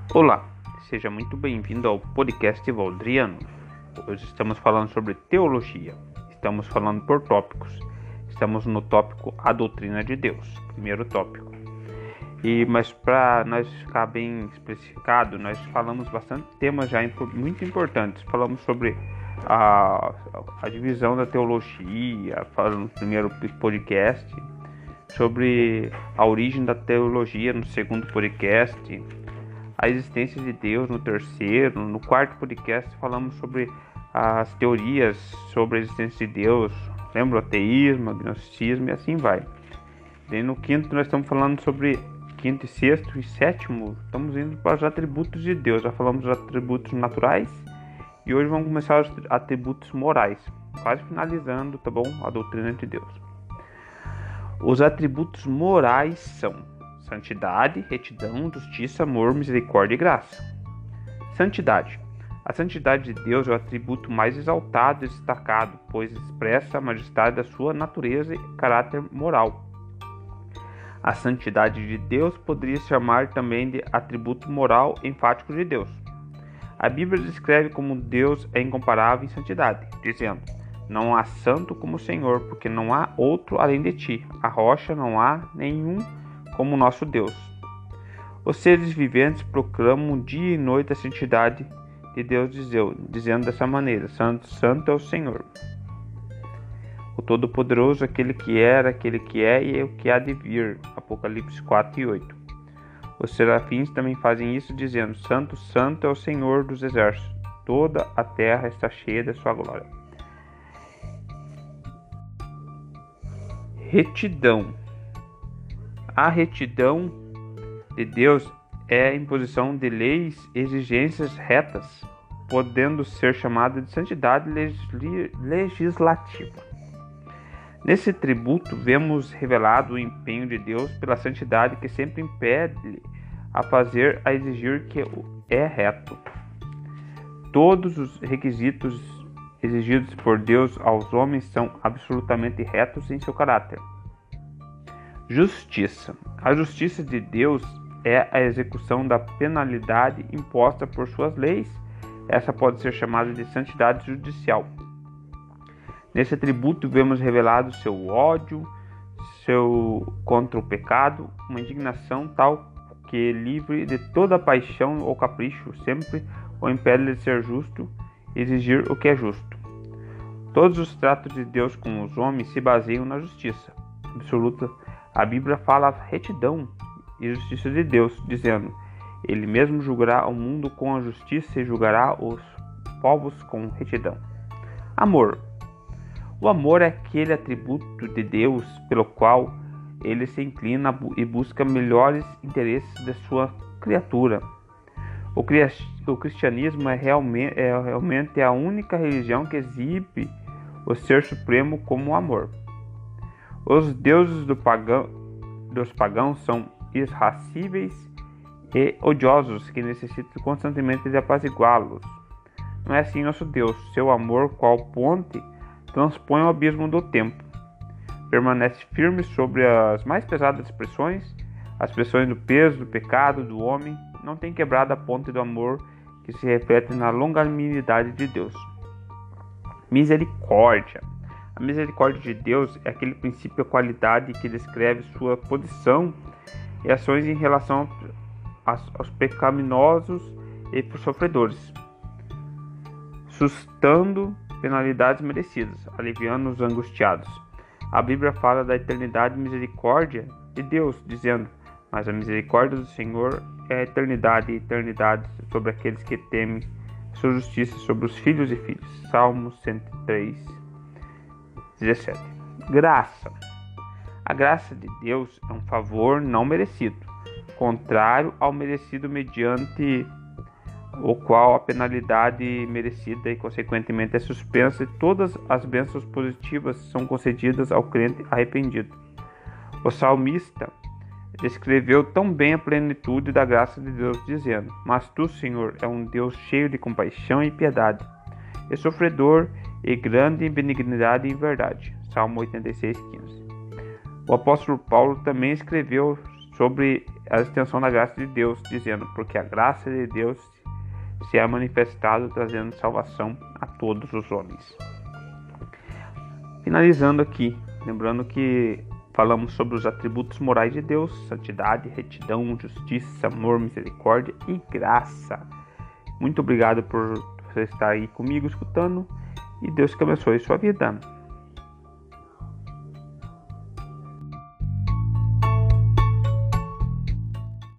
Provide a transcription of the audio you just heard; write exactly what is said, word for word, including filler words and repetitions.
Olá, seja muito bem-vindo ao podcast Valdriano. Hoje estamos falando sobre teologia. Estamos falando por tópicos. Estamos no tópico A Doutrina de Deus, primeiro tópico. E, mas para nós ficar bem especificado, nós falamos bastante temas já muito importantes. Falamos sobre a, a divisão da teologia, falamos no primeiro podcast, sobre a origem da teologia no segundo podcast, a existência de Deus no terceiro. No quarto podcast falamos sobre as teorias sobre a existência de Deus, lembra o ateísmo, agnosticismo e assim vai. E no quinto nós estamos falando sobre quinto e sexto e sétimo, estamos indo para os atributos de Deus. Já falamos dos atributos naturais e hoje vamos começar os atributos morais, quase finalizando, tá bom? A doutrina de Deus. Os atributos morais são santidade, retidão, justiça, amor, misericórdia e graça. Santidade. A santidade de Deus é o atributo mais exaltado e destacado, pois expressa a majestade da sua natureza e caráter moral. A santidade de Deus poderia se chamar também de atributo moral enfático de Deus. A Bíblia descreve como Deus é incomparável em santidade, dizendo: não há santo como o Senhor, porque não há outro além de ti. A rocha não há nenhum como o nosso Deus. Os seres viventes proclamam dia e noite a santidade de Deus, dizendo dessa maneira: Santo, Santo é o Senhor, o Todo-Poderoso, aquele que era, aquele que é e o que há de vir. Apocalipse quatro e oito. Os serafins também fazem isso, dizendo: Santo, Santo é o Senhor dos exércitos, toda a terra está cheia da sua glória. Retidão. A retidão de Deus é a imposição de leis e exigências retas, podendo ser chamada de santidade legislativa. Nesse tributo, vemos revelado o empenho de Deus pela santidade, que sempre impede a fazer, a exigir que é reto. Todos os requisitos exigidos por Deus aos homens são absolutamente retos em seu caráter. Justiça. A justiça de Deus é a execução da penalidade imposta por suas leis. Essa pode ser chamada de santidade judicial. Nesse atributo vemos revelado seu ódio, seu contra o pecado, uma indignação tal que, livre de toda paixão ou capricho, sempre o impede de ser justo e exigir o que é justo. Todos os tratos de Deus com os homens se baseiam na justiça absoluta. A Bíblia fala a retidão e justiça de Deus, dizendo: Ele mesmo julgará o mundo com a justiça e julgará os povos com retidão. Amor. O amor é aquele atributo de Deus pelo qual ele se inclina e busca melhores interesses de sua criatura. O, cri- o cristianismo é realmente, é realmente a única religião que exibe o ser supremo como amor. Os deuses do pagão, dos pagãos são irascíveis e odiosos, que necessitam constantemente de apaziguá-los. Não é assim nosso Deus. Seu amor, qual ponte, transpõe o abismo do tempo. Permanece firme sobre as mais pesadas pressões, as pressões do peso, do pecado, do homem. Não tem quebrado a ponte do amor que se reflete na longanimidade de Deus. Misericórdia. A misericórdia de Deus é aquele princípio e qualidade que descreve sua posição e ações em relação aos pecaminosos e sofredores, sustando penalidades merecidas, aliviando os angustiados. A Bíblia fala da eternidade e misericórdia de Deus, dizendo: mas a misericórdia do Senhor é a eternidade e eternidade sobre aqueles que temem, sua justiça sobre os filhos e filhas. Salmos cento e três, dezessete. Graça. A graça de Deus é um favor não merecido, contrário ao merecido, mediante o qual a penalidade merecida e consequentemente é suspensa, e todas as bênçãos positivas são concedidas ao crente arrependido. O salmista descreveu tão bem a plenitude da graça de Deus, dizendo: mas tu, Senhor, é um Deus cheio de compaixão e piedade, e sofredor e grande em benignidade e em verdade. Salmo oitenta e seis, quinze. O apóstolo Paulo também escreveu sobre a extensão da graça de Deus, dizendo, porque a graça de Deus se é manifestado trazendo salvação a todos os homens. Finalizando aqui, lembrando que falamos sobre os atributos morais de Deus: santidade, retidão, justiça, amor, misericórdia e graça. Muito obrigado por você estar aí comigo escutando, e Deus que abençoe sua vida.